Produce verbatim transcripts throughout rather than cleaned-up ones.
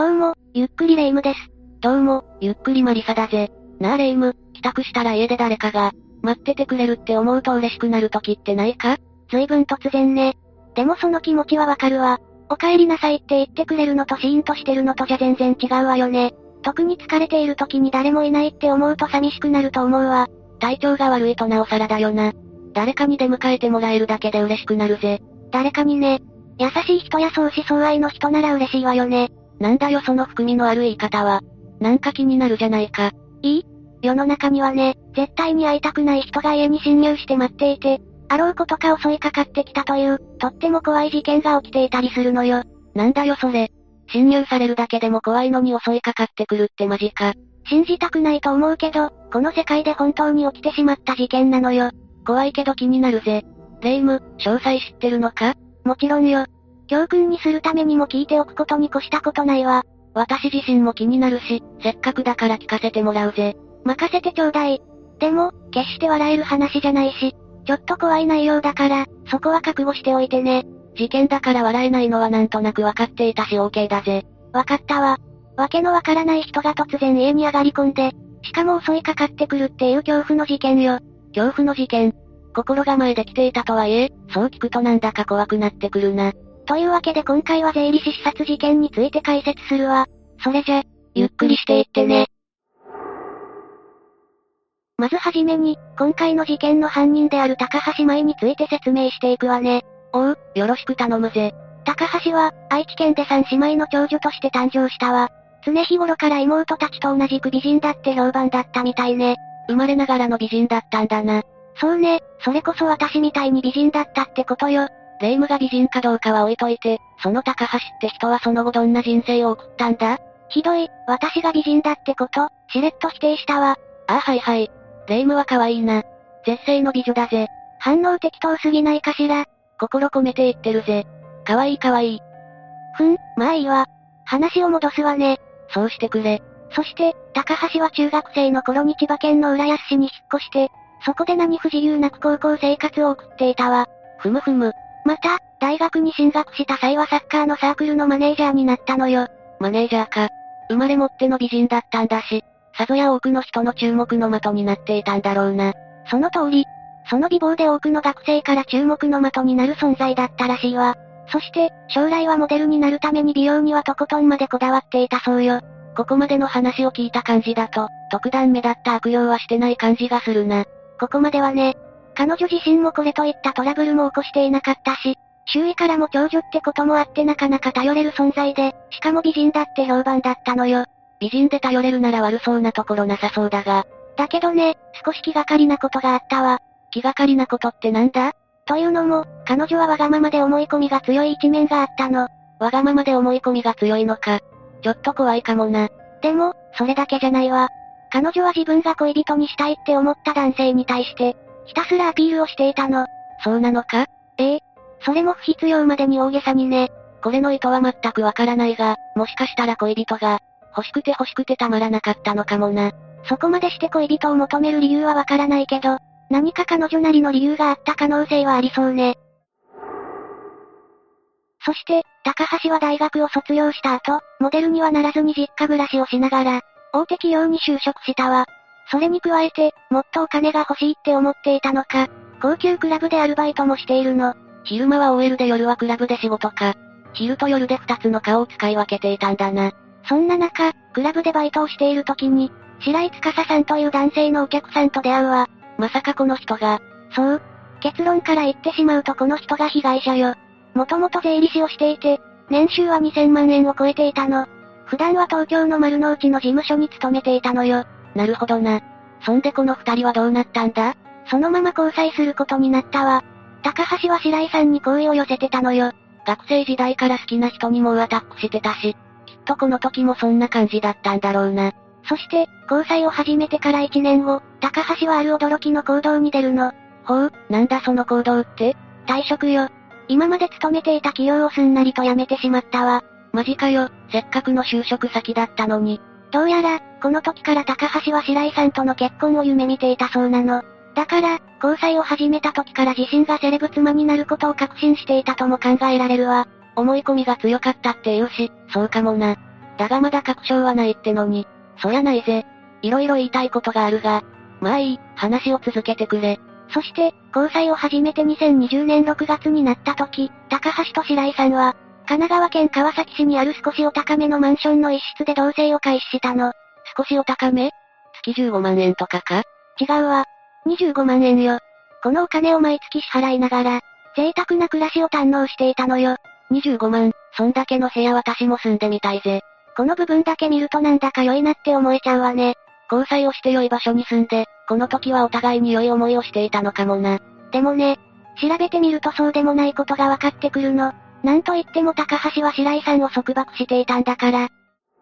どうも、ゆっくりレ夢ムです。 どうも、ゆっくりマリサだぜ。なあレ夢ム、帰宅したら家で誰かが、待っててくれるって思うと嬉しくなる時ってないか？ 随分突然ね。でもその気持ちはわかるわ。お帰りなさいって言ってくれるのとシーンとしてるのとじゃ全然違うわよね。特に疲れている時に誰もいないって思うと寂しくなると思うわ。 体調が悪いとなおさらだよな。誰かに出迎えてもらえるだけで嬉しくなるぜ。 誰かにね。優しい人や相思相愛の人なら嬉しいわよね。 なんだよその含みのある言い方は。なんか気になるじゃないか。 いい？世の中にはね、絶対に会いたくない人が家に侵入して待っていて、あろうことか襲いかかってきたという、とっても怖い事件が起きていたりするのよ。 なんだよそれ。侵入されるだけでも怖いのに襲いかかってくるってマジか。 信じたくないと思うけど、この世界で本当に起きてしまった事件なのよ。 怖いけど気になるぜ。レ夢ム、詳細知ってるのか？ もちろんよ。教訓にするためにも聞いておくことに越したことないわ。 私自身も気になるし、せっかくだから聞かせてもらうぜ。 任せてちょうだい。でも、決して笑える話じゃないし、ちょっと怖い内容だから、そこは覚悟しておいてね。 事件だから笑えないのはなんとなくわかっていたし OK だぜ。 わかったわ。わけのわからない人が突然家に上がり込んで、しかも襲いかかってくるっていう恐怖の事件よ。 恐怖の事件。心構えできていたとはいえ、そう聞くとなんだか怖くなってくるな。 というわけで今回は税理士刺殺事件について解説するわ。それじゃ、 ゆっくりしていってね。 まずはじめに、今回の事件の犯人である高橋舞について説明していくわね。 おう、よろしく頼むぜ。 高橋は、愛知県で三姉妹の長女として誕生したわ。常日頃から妹たちと同じく美人だって評判だったみたいね。 生まれながらの美人だったんだな。 そうね、それこそ私みたいに美人だったってことよ。 レ夢ムが美人かどうかは置いといて、その高橋って人はその後どんな人生を送ったんだ？ ひどい、私が美人だってこと、しれっと否定したわ。 ああはいはい。レ夢ムは可愛いな。絶世の美女だぜ。 反応適当すぎないかしら。 心込めて言ってるぜ。可愛い可愛い。 ふん、まあいいわ。話を戻すわね。 そうしてくれ。 そして、高橋は中学生の頃に千葉県の浦安市に引っ越して、そこで何不自由なく高校生活を送っていたわ。 ふむふむ。 また、大学に進学した際はサッカーのサークルのマネージャーになったのよ。 マネージャーか。生まれ持っての美人だったんだし、さぞや多くの人の注目の的になっていたんだろうな。 その通り。その美貌で多くの学生から注目の的になる存在だったらしいわ。そして、将来はモデルになるために美容にはとことんまでこだわっていたそうよ。 ここまでの話を聞いた感じだと、特段目立った悪用はしてない感じがするな。 ここまではね。彼女自身もこれといったトラブルも起こしていなかったし、周囲からも長女ってこともあってなかなか頼れる存在で、しかも美人だって評判だったのよ。 美人で頼れるなら悪そうなところなさそうだが。 だけどね、少し気がかりなことがあったわ。 気がかりなことってなんだ？ というのも、彼女はわがままで思い込みが強い一面があったの。 わがままで思い込みが強いのか。ちょっと怖いかもな。 でも、それだけじゃないわ。彼女は自分が恋人にしたいって思った男性に対して、ひたすらアピールをしていたの。 そうなのか？ ええ。それも不必要までに大げさにね。 これの意図は全くわからないが、もしかしたら恋人が、欲しくて欲しくてたまらなかったのかもな。 そこまでして恋人を求める理由はわからないけど、何か彼女なりの理由があった可能性はありそうね。そして、高橋は大学を卒業した後、モデルにはならずに実家暮らしをしながら、大手企業に就職したわ。それに加えて、もっとお金が欲しいって思っていたのか、高級クラブでアルバイトもしているの。 昼間は オーエル で夜はクラブで仕事か。昼と夜で二つの顔を使い分けていたんだな。 そんな中、クラブでバイトをしている時に、白井司さんという男性のお客さんと出会うわ。 まさかこの人が。 そう。結論から言ってしまうとこの人が被害者よ。もともと税理士をしていて、年収はにせんまんえんを超えていたの。普段は東京の丸の内の事務所に勤めていたのよ。 なるほどな。そんでこの二人はどうなったんだ？ そのまま交際することになったわ。高橋は白井さんに好意を寄せてたのよ。 学生時代から好きな人にもアタックしてたし、きっとこの時もそんな感じだったんだろうな。 そして、交際を始めてからいちねんご、高橋はある驚きの行動に出るの。 ほう、なんだその行動って？ 退職よ。今まで勤めていた企業をすんなりと辞めてしまったわ。 マジかよ、せっかくの就職先だったのに。 どうやら、この時から高橋は白井さんとの結婚を夢見ていたそうなの。だから、交際を始めた時から自身がセレブ妻になることを確信していたとも考えられるわ。 思い込みが強かったって言うし、そうかもな。 だがまだ確証はないってのに。そりゃないぜ。いろいろ言いたいことがあるが。まあいい、話を続けてくれ。 そして、交際を始めてにせんにじゅうねんろくがつになった時、高橋と白井さんは、神奈川県川崎市にある少しお高めのマンションの一室で同棲を開始したの。 少しお高め？月じゅうごまんえんとかか？ 違うわ。にじゅうごまんえんよ。このお金を毎月支払いながら、贅沢な暮らしを堪能していたのよ。 にじゅうごまん、そんだけの部屋私も住んでみたいぜ。 この部分だけ見るとなんだか良いなって思えちゃうわね。 交際をして良い場所に住んで、この時はお互いに良い思いをしていたのかもな。 でもね、調べてみるとそうでもないことが分かってくるの。なんといっても高橋は白井さんを束縛していたんだから。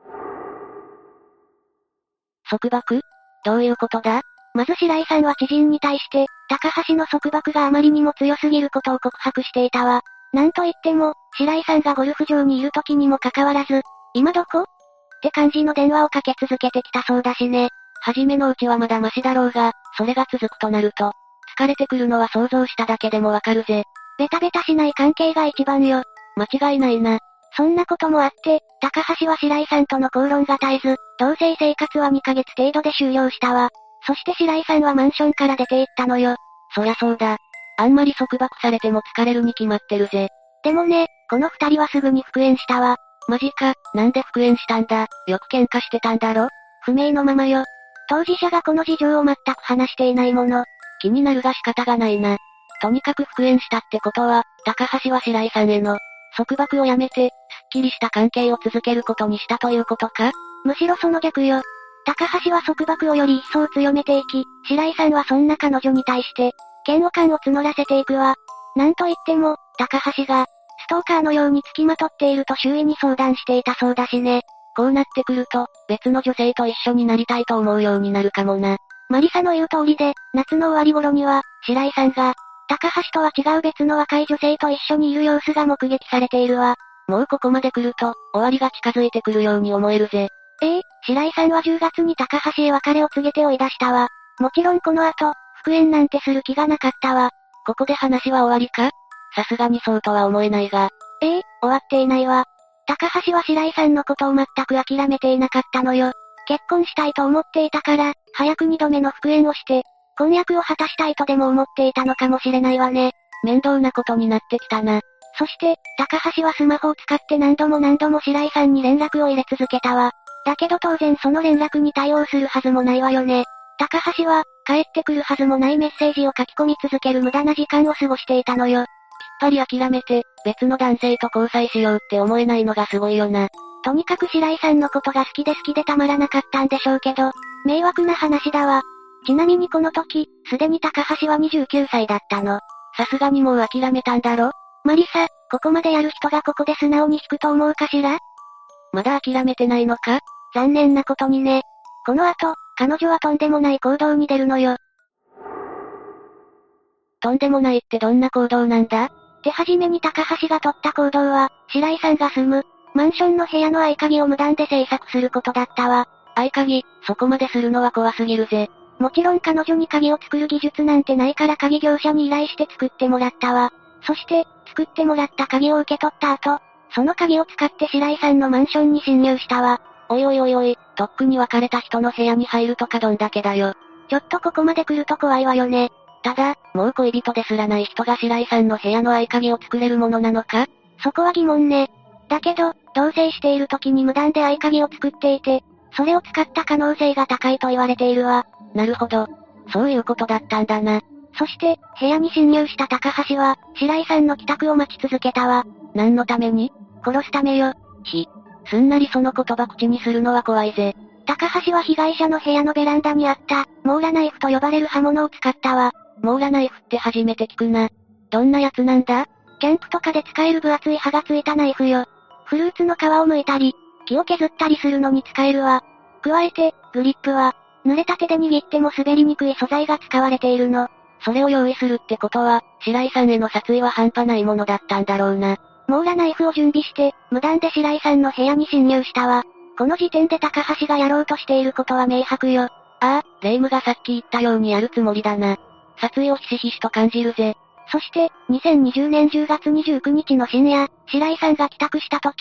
束縛？どういうことだ？ まず白井さんは知人に対して、高橋の束縛があまりにも強すぎることを告白していたわ。なんといっても、白井さんがゴルフ場にいる時にもかかわらず、今どこ？って感じの電話をかけ続けてきたそうだしね。 初めのうちはまだマシだろうが、それが続くとなると、疲れてくるのは想像しただけでもわかるぜ。 ベタベタしない関係が一番よ。 間違いないな。 そんなこともあって、高橋は白井さんとの口論が絶えず、同棲生活はにかげつ程度で終了したわ。そして白井さんはマンションから出て行ったのよ。 そりゃそうだ。あんまり束縛されても疲れるに決まってるぜ。 でもね、この二人はすぐに復縁したわ。 マジか、なんで復縁したんだ、よく喧嘩してたんだろ？ 不明のままよ。当事者がこの事情を全く話していないもの。 気になるが仕方がないな。とにかく復縁したってことは、高橋は白井さんへの、束縛をやめて、すっきりした関係を続けることにしたということか？ むしろその逆よ。高橋は束縛をより一層強めていき、白井さんはそんな彼女に対して、嫌悪感を募らせていくわ。なんといっても、高橋が、ストーカーのように付きまとっていると周囲に相談していたそうだしね。 こうなってくると、別の女性と一緒になりたいと思うようになるかもな。 マリサの言う通りで、夏の終わり頃には、白井さんが、高橋とは違う別の若い女性と一緒にいる様子が目撃されているわ。 もうここまで来ると、終わりが近づいてくるように思えるぜ。 ええ、白井さんはじゅうがつに高橋へ別れを告げて追い出したわ。もちろんこの後、復縁なんてする気がなかったわ。 ここで話は終わりか？さすがにそうとは思えないが。 ええ、終わっていないわ。高橋は白井さんのことを全く諦めていなかったのよ。結婚したいと思っていたから、早く二度目の復縁をして、婚約を果たしたいとでも思っていたのかもしれないわね。 面倒なことになってきたな。 そして、高橋はスマホを使って何度も何度も白井さんに連絡を入れ続けたわ。だけど当然その連絡に対応するはずもないわよね。高橋は、帰ってくるはずもないメッセージを書き込み続ける無駄な時間を過ごしていたのよ。 きっぱり諦めて、別の男性と交際しようって思えないのがすごいよな。 とにかく白井さんのことが好きで好きでたまらなかったんでしょうけど、迷惑な話だわ。ちなみにこの時、すでに高橋はにじゅうきゅうさいだったの。 さすがにもう諦めたんだろ？ マリサ、ここまでやる人がここで素直に引くと思うかしら？ まだ諦めてないのか？ 残念なことにね。この後、彼女はとんでもない行動に出るのよ。 とんでもないってどんな行動なんだ？ 手始めに高橋が取った行動は、白井さんが住む、マンションの部屋の合鍵を無断で製作することだったわ。 合鍵、そこまでするのは怖すぎるぜ。 もちろん彼女に鍵を作る技術なんてないから鍵業者に依頼して作ってもらったわ。そして、作ってもらった鍵を受け取った後、その鍵を使って白井さんのマンションに侵入したわ。 おいおいおいおい、とっくに別れた人の部屋に入るとかどんだけだよ。 ちょっとここまで来ると怖いわよね。 ただ、もう恋人ですらない人が白井さんの部屋の合鍵を作れるものなのか？ そこは疑問ね。だけど、同棲している時に無断で合鍵を作っていて、それを使った可能性が高いと言われているわ。 なるほど。そういうことだったんだな。 そして、部屋に侵入した高橋は、白井さんの帰宅を待ち続けたわ。 何のために？ 殺すためよ。 ひ。すんなりその言葉口にするのは怖いぜ。 高橋は被害者の部屋のベランダにあった、モーラナイフと呼ばれる刃物を使ったわ。 モーラナイフって初めて聞くな。どんなやつなんだ？ キャンプとかで使える分厚い刃がついたナイフよ。フルーツの皮を剥いたり、木を削ったりするのに使えるわ。加えて、グリップは、濡れた手で握っても滑りにくい素材が使われているの。 それを用意するってことは、白井さんへの殺意は半端ないものだったんだろうな。 モーラナイフを準備して、無断で白井さんの部屋に侵入したわ。この時点で高橋がやろうとしていることは明白よ。 ああ、霊夢がさっき言ったようにやるつもりだな。殺意をひしひしと感じるぜ。 そして、にせんにじゅうねんじゅうがつにじゅうくにちの深夜、白井さんが帰宅した時、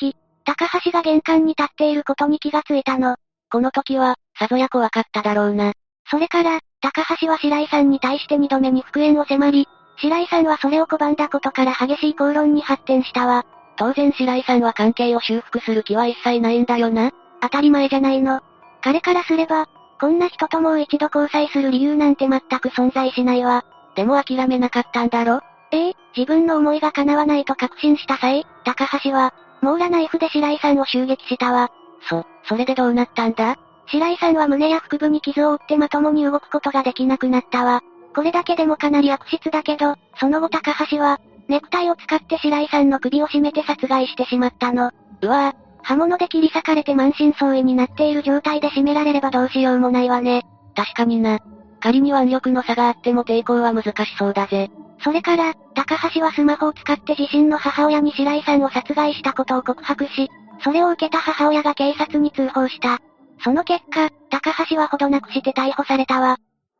高橋が玄関に立っていることに気がついたの。 この時は、さぞや怖かっただろうな。 それから、高橋は白井さんに対して二度目に復縁を迫り、白井さんはそれを拒んだことから激しい口論に発展したわ。 当然白井さんは関係を修復する気は一切ないんだよな。 当たり前じゃないの。彼からすれば、こんな人ともう一度交際する理由なんて全く存在しないわ。 でも諦めなかったんだろ？ ええ、自分の思いが叶わないと確信した際、高橋は、モーラナイフで白井さんを襲撃したわ。 そ、それでどうなったんだ？ 白井さんは胸や腹部に傷を負ってまともに動くことができなくなったわ。これだけでもかなり悪質だけど、その後高橋は、ネクタイを使って白井さんの首を絞めて殺害してしまったの。 うわぁ、 刃物で切り裂かれて満身創痍になっている状態で絞められればどうしようもないわね。 確かにな。仮に腕力の差があっても抵抗は難しそうだぜ。 それから、高橋はスマホを使って自身の母親に白井さんを殺害したことを告白し、それを受けた母親が警察に通報した。その結果、高橋はほどなくして逮捕されたわ。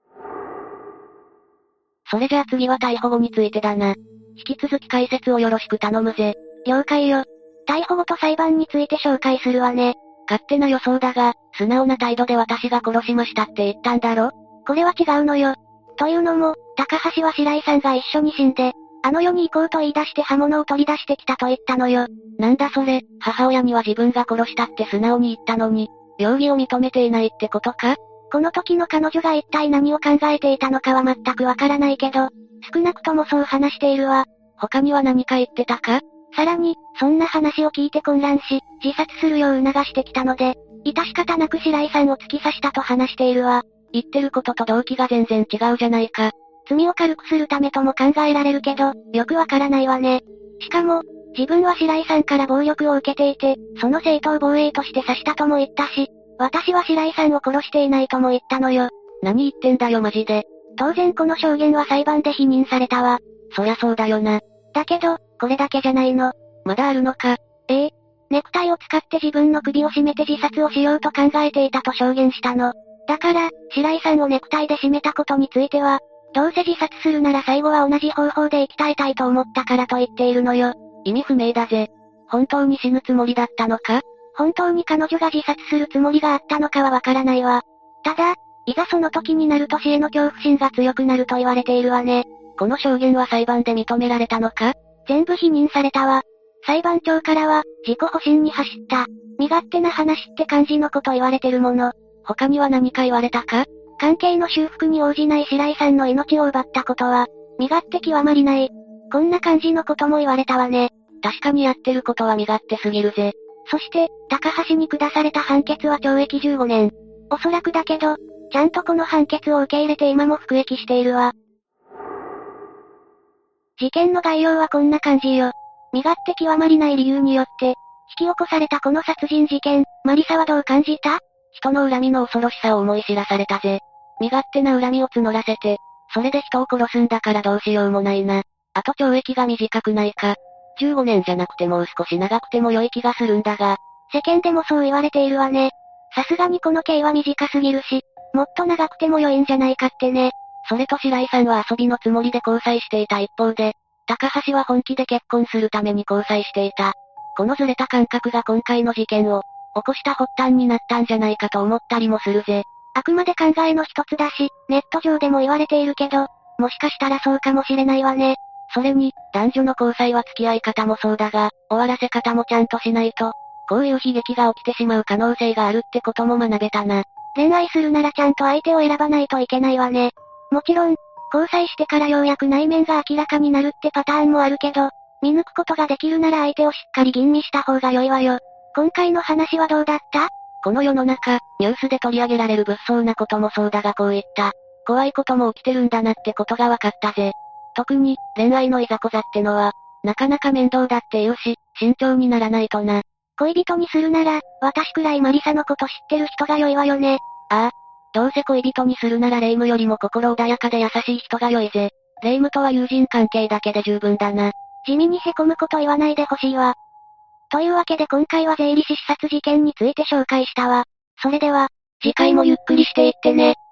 それじゃあ次は逮捕後についてだな。引き続き解説をよろしく頼むぜ。 了解よ。逮捕後と裁判について紹介するわね。 勝手な予想だが、素直な態度で私が殺しましたって言ったんだろ？ これは違うのよ。というのも、高橋は白井さんが一緒に死んで、あの世に行こうと言い出して刃物を取り出してきたと言ったのよ。 なんだそれ、母親には自分が殺したって素直に言ったのに、容疑を認めていないってことか？ この時の彼女が一体何を考えていたのかは全くわからないけど、少なくともそう話しているわ。 他には何か言ってたか？ さらに、そんな話を聞いて混乱し、自殺するよう促してきたので、致し方なく白井さんを突き刺したと話しているわ。 言ってることと動機が全然違うじゃないか。 罪を軽くするためとも考えられるけど、よくわからないわね。しかも、自分は白井さんから暴力を受けていて、その正当防衛として刺したとも言ったし、私は白井さんを殺していないとも言ったのよ。 何言ってんだよマジで。 当然この証言は裁判で否認されたわ。 そりゃそうだよな。 だけど、これだけじゃないの。 まだあるのか。 ええ。ネクタイを使って自分の首を絞めて自殺をしようと考えていたと証言したの。だから、白井さんをネクタイで絞めたことについては、どうせ自殺するなら最後は同じ方法で生き絶えたいと思ったからと言っているのよ。 意味不明だぜ。本当に死ぬつもりだったのか？ 本当に彼女が自殺するつもりがあったのかはわからないわ。ただ、いざその時になると死への恐怖心が強くなると言われているわね。 この証言は裁判で認められたのか？ 全部否認されたわ。裁判長からは、自己保身に走った。身勝手な話って感じのこと言われてるもの。 他には何か言われたか？ 関係の修復に応じない白井さんの命を奪ったことは、身勝手極まりない。こんな感じのことも言われたわね。 確かにやってることは身勝手すぎるぜ。 そして、高橋に下された判決は懲役じゅうごねん。おそらくだけど、ちゃんとこの判決を受け入れて今も服役しているわ。事件の概要はこんな感じよ。身勝手極まりない理由によって、引き起こされたこの殺人事件、マリサはどう感じた？ 人の恨みの恐ろしさを思い知らされたぜ。身勝手な恨みを募らせて、それで人を殺すんだからどうしようもないな。あと懲役が短くないか。じゅうごねんじゃなくてもう少し長くても良い気がするんだが。 世間でもそう言われているわね。さすがにこの刑は短すぎるし、もっと長くても良いんじゃないかってね。 それと白井さんは遊びのつもりで交際していた一方で、高橋は本気で結婚するために交際していた。このずれた感覚が今回の事件を、起こした発端になったんじゃないかと思ったりもするぜ。 あくまで考えの一つだし、ネット上でも言われているけど、もしかしたらそうかもしれないわね。 それに、男女の交際は付き合い方もそうだが、終わらせ方もちゃんとしないと、こういう悲劇が起きてしまう可能性があるってことも学べたな。 恋愛するならちゃんと相手を選ばないといけないわね。もちろん、交際してからようやく内面が明らかになるってパターンもあるけど、見抜くことができるなら相手をしっかり吟味した方が良いわよ。今回の話はどうだった？ この世の中、ニュースで取り上げられる物騒なこともそうだがこういった、怖いことも起きてるんだなってことが分かったぜ。特に、恋愛のいざこざってのは、なかなか面倒だって言うし、慎重にならないとな。 恋人にするなら、私くらいマリサのこと知ってる人が良いわよね。 ああ。どうせ恋人にするならレイムよりも心穏やかで優しい人が良いぜ。レイムとは友人関係だけで十分だな。 地味に凹むこと言わないでほしいわ。というわけで今回は税理士刺殺事件について紹介したわ。それでは、 次回もゆっくりしていってね。